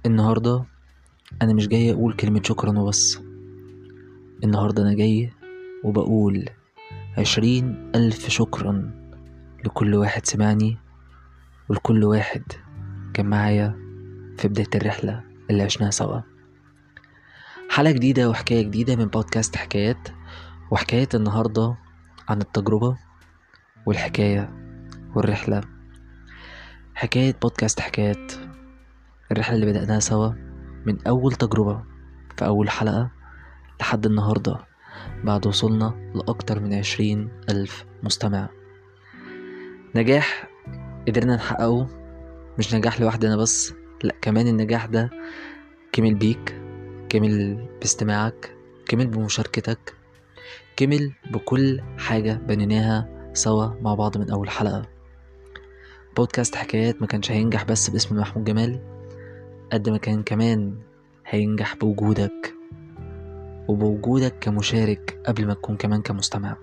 النهاردة أنا مش جاي أقول كلمة شكرا وبس. النهاردة أنا جاي وبقول 20,000 شكرا لكل واحد سمعني، ولكل واحد كان معايا في بداية الرحلة اللي عشناها سوا. حلقة جديدة وحكاية جديدة من بودكاست حكايات. وحكاية النهاردة عن التجربة والحكاية والرحلة. حكاية بودكاست حكايات، الرحلة اللي بدأناها سوا من أول تجربة في أول حلقة لحد النهاردة بعد وصلنا لأكتر من 20,000 مستمع. نجاح قدرنا نحققه، مش نجاح لوحدنا بس، لأ كمان النجاح ده كمل بيك، كمل باستماعك، كمل بمشاركتك، كمل بكل حاجة بنيناها سوا مع بعض من أول حلقة. بودكاست حكايات ما كانش هينجح بس باسم محمود جمال، قد ما كان كمان هينجح بوجودك، وبوجودك كمشارك قبل ما تكون كمان كمستمع.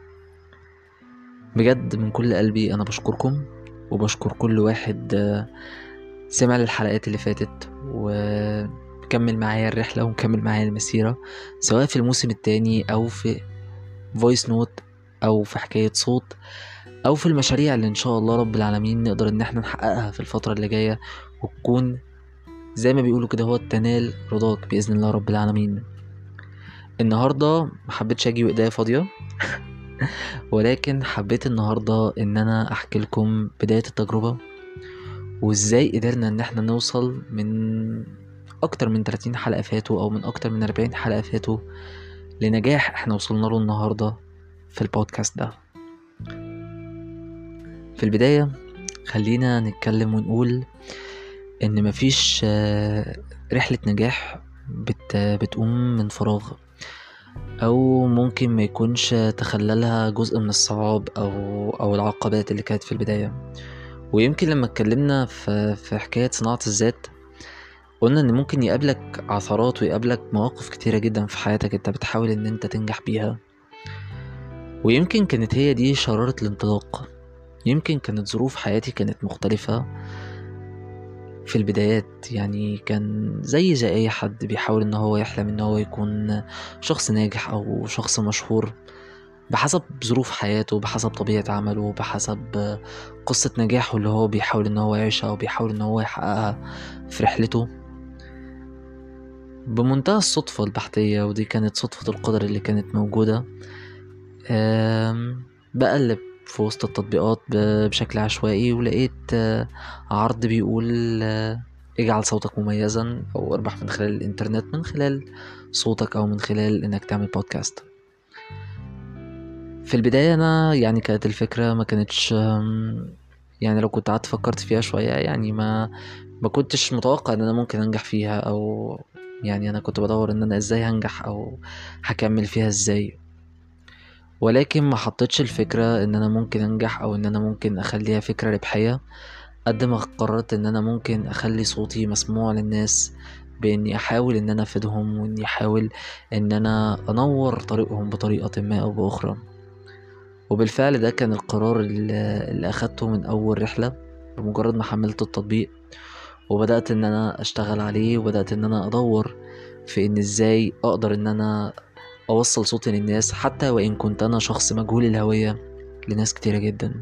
بجد من كل قلبي أنا بشكركم، وبشكر كل واحد سمع الحلقات اللي فاتت وكمل معايا الرحلة ومكمل معايا المسيرة، سواء في الموسم التاني أو في فويس نوت أو في حكاية صوت أو في المشاريع اللي إن شاء الله رب العالمين نقدر إن احنا نحققها في الفترة اللي جاية، وتكون زي ما بيقولوا كده هو تنال رضاك بإذن الله رب العالمين. النهاردة محبتش أجي وإيديا فاضية ولكن حبيت النهاردة إن أنا أحكي لكم بداية التجربة، وإزاي قدرنا إن احنا نوصل من أكتر من 30 حلقة فاتوا أو من أكتر من 40 حلقة فاتوا لنجاح احنا وصلنا له النهاردة في البودكاست ده. في البداية خلينا نتكلم ونقول إن مفيش رحلة نجاح بتقوم من فراغ، أو ممكن ما يكونش تخللها جزء من الصعاب أو العقبات اللي كانت في البداية. ويمكن لما اتكلمنا في حكاية صناعة الذات قلنا ان ممكن يقابلك عثرات ويقابلك مواقف كتيرة جدا في حياتك انت بتحاول ان انت تنجح بيها، ويمكن كانت هي دي شرارة الانطلاق. يمكن كانت ظروف حياتي كانت مختلفة في البدايات، يعني كان زي اي حد بيحاول ان هو يحلم ان هو يكون شخص ناجح او شخص مشهور بحسب ظروف حياته، بحسب طبيعة عمله، بحسب قصة نجاحه اللي هو بيحاول ان هو يعيشها وبيحاول ان هو يحققها في رحلته بمنتهى الصدفة البحتية. ودي كانت صدفة القدر اللي كانت موجودة. بقلب في وسط التطبيقات بشكل عشوائي ولقيت عرض بيقول اجعل صوتك مميزا او اربح من خلال الانترنت، من خلال صوتك او من خلال انك تعمل بودكاست. في البداية انا يعني كانت الفكرة ما كانتش يعني لو كنت قعدت فكرت فيها شوية يعني ما كنتش متوقع ان انا ممكن انجح فيها، او يعني انا كنت بدور ان انا ازاي هنجح او هكمل فيها ازاي، ولكن ما حطيتش الفكرة ان انا ممكن انجح او ان انا ممكن اخليها فكرة ربحية، قد ما قررت ان انا ممكن اخلي صوتي مسموع للناس، باني احاول ان انا افيدهم واني احاول ان انا انور طريقهم بطريقة ما او باخرى. وبالفعل ده كان القرار اللي اخدته من اول رحلة. بمجرد ما حملت التطبيق وبدأت ان انا اشتغل عليه، وبدأت ان انا ادور في ان ازاي اقدر ان انا اوصل صوتي للناس، حتى وان كنت انا شخص مجهول الهوية لناس كتيرة جدا.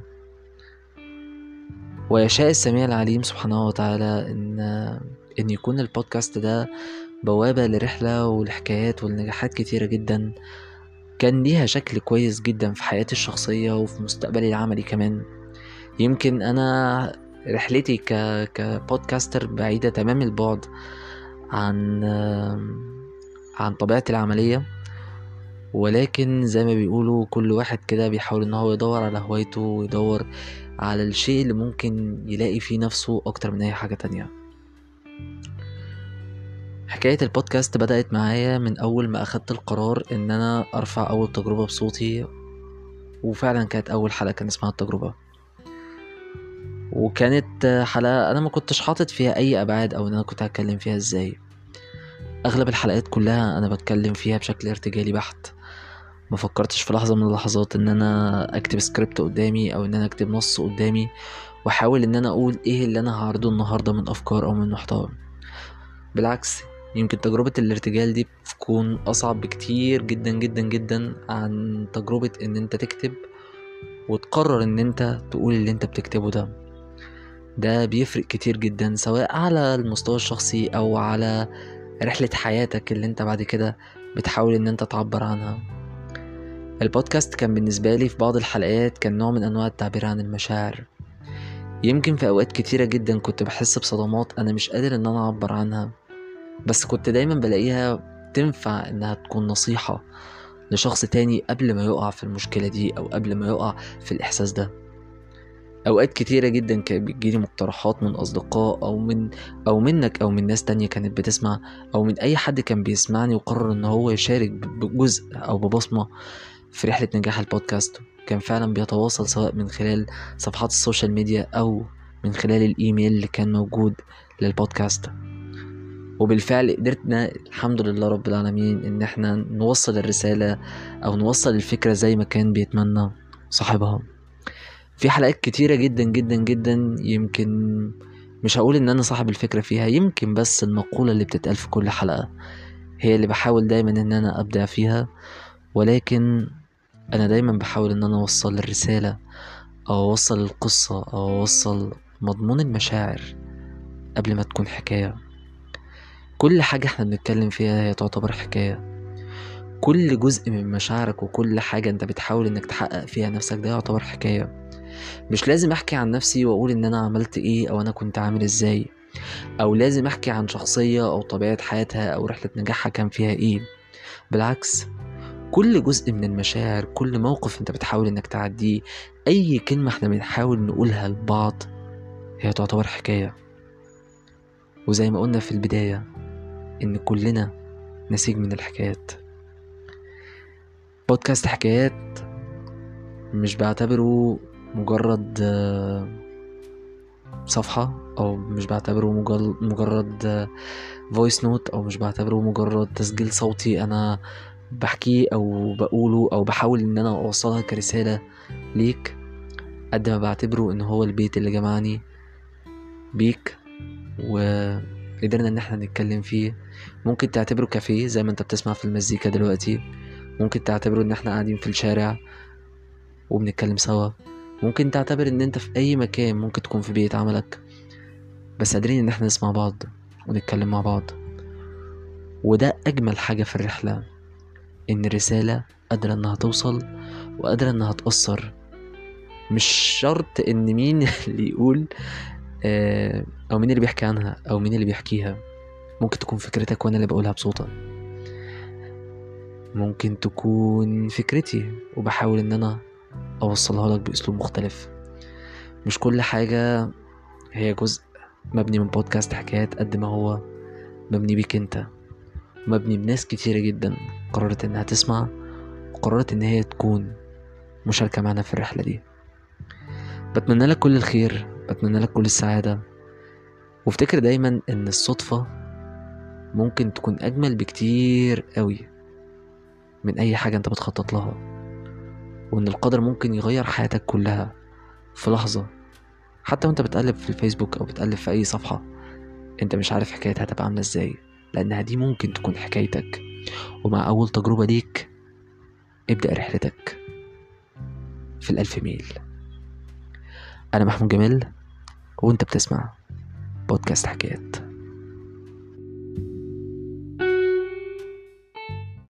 ويشاء السميع العليم سبحانه وتعالى ان يكون البودكاست ده بوابة لرحلة ولحكايات ولنجاحات كتيرة جدا كان ليها شكل كويس جدا في حياتي الشخصية وفي مستقبلي العملي كمان. يمكن انا رحلتي كبودكاستر بعيدة تمام البعد عن طبيعتي العملية، ولكن زي ما بيقولوا كل واحد كده بيحاول ان هو يدور على هوايته ويدور على الشيء اللي ممكن يلاقي فيه نفسه اكتر من اي حاجة تانية. حكاية البودكاست بدأت معايا من اول ما اخدت القرار ان انا ارفع اول تجربة بصوتي، وفعلا كانت اول حلقة كان اسمها التجربة، وكانت حلقة انا ما كنتش حاطط فيها اي ابعاد او ان انا كنت هتكلم فيها ازاي. اغلب الحلقات كلها انا بتكلم فيها بشكل ارتجالي بحت، ما فكرتش في لحظة من اللحظات ان انا اكتب سكريبت قدامي او ان انا اكتب نص قدامي واحاول ان انا اقول ايه اللي انا هعرضه النهاردة من افكار او من محتوى. بالعكس، يمكن تجربة الارتجال دي بتكون أصعب بكتير جدا جدا جدا عن تجربة إن أنت تكتب وتقرر إن أنت تقول اللي أنت بتكتبه ده بيفرق كتير جدا، سواء على المستوى الشخصي أو على رحلة حياتك اللي أنت بعد كده بتحاول إن أنت تعبر عنها. البودكاست كان بالنسبة لي في بعض الحلقات كان نوع من أنواع التعبير عن المشاعر. يمكن في أوقات كتيرة جدا كنت بحس بصدمات أنا مش قادر إن أنا أعبر عنها، بس كنت دايما بلاقيها تنفع إنها تكون نصيحة لشخص تاني قبل ما يقع في المشكلة دي أو قبل ما يقع في الإحساس ده. أوقات كتيرة جدا كانت بتجيلي مقترحات من أصدقاء أو منك أو من ناس تانية كانت بتسمع، أو من أي حد كان بيسمعني وقرر إن هو يشارك بجزء أو ببصمة في رحلة نجاح البودكاست. كان فعلا بيتواصل سواء من خلال صفحات السوشيال ميديا أو من خلال الإيميل اللي كان موجود للبودكاست. وبالفعل قدرتنا الحمد لله رب العالمين إن احنا نوصل الرسالة أو نوصل الفكرة زي ما كان بيتمنى صاحبها. في حلقات كتيرة جدا جدا جدا، يمكن مش هقول إن أنا صاحب الفكرة فيها، يمكن بس المقولة اللي بتتقال في كل حلقة هي اللي بحاول دايما إن أنا أبدع فيها، ولكن أنا دايما بحاول إن أنا أوصل الرسالة أو أوصل القصة أو أوصل مضمون المشاعر قبل ما تكون حكاية. كل حاجة احنا بنتكلم فيها هي تعتبر حكاية. كل جزء من مشاعرك وكل حاجة انت بتحاول انك تحقق فيها نفسك ده يعتبر حكاية. مش لازم احكي عن نفسي واقول ان انا عملت ايه او انا كنت عامل ازاي، او لازم احكي عن شخصية او طبيعة حياتها او رحلة نجاحها كان فيها ايه. بالعكس، كل جزء من المشاعر، كل موقف انت بتحاول انك تعديه، اي كلمة احنا بنحاول نقولها لبعض هي تعتبر حكاية. وزي ما قلنا في البداية ان كلنا نسيج من الحكايات. بودكاست حكايات مش بعتبره مجرد صفحة، او مش بعتبره مجرد فويس نوت، او مش بعتبره مجرد تسجيل صوتي انا بحكيه او بقوله او بحاول ان انا اوصلها كرسالة ليك، قد ما بعتبره ان هو البيت اللي جمعني بيك وقدرنا ان احنا نتكلم فيه. ممكن تعتبره كافيه زي ما انت بتسمع في المزيكا دلوقتي، ممكن تعتبره ان احنا قاعدين في الشارع وبنتكلم سوا، ممكن تعتبر ان انت في اي مكان، ممكن تكون في بيت عملك، بس قادرين ان احنا نسمع بعض ونتكلم مع بعض. وده اجمل حاجة في الرحلة، ان الرسالة قادرة انها توصل وقادرة انها تأثر. مش شرط ان مين اللي يقول او مين اللي بيحكي عنها او مين اللي بيحكيها. ممكن تكون فكرتك وانا اللي بقولها بصوتك، ممكن تكون فكرتي وبحاول ان انا اوصلها لك باسلوب مختلف. مش كل حاجة هي جزء مبني من بودكاست حكايات قد ما هو مبني بيك انت، مبني بناس كتيرة جدا قررت انها تسمع وقررت ان هي تكون مشاركة معنا في الرحلة دي. بتمنى لك كل الخير، بتمنى لك كل السعادة، وافتكر دايما ان الصدفة ممكن تكون اجمل بكتير قوي من اي حاجة انت بتخطط لها، وان القدر ممكن يغير حياتك كلها في لحظة. حتى وانت بتقلب في الفيسبوك او بتقلب في اي صفحة انت مش عارف حكايتها هتبقى عاملة ازاي، لانها دي ممكن تكون حكايتك. ومع اول تجربة ليك ابدأ رحلتك في 1000 ميل. انا محمود جمال وانت بتسمع بودكاست حكايات.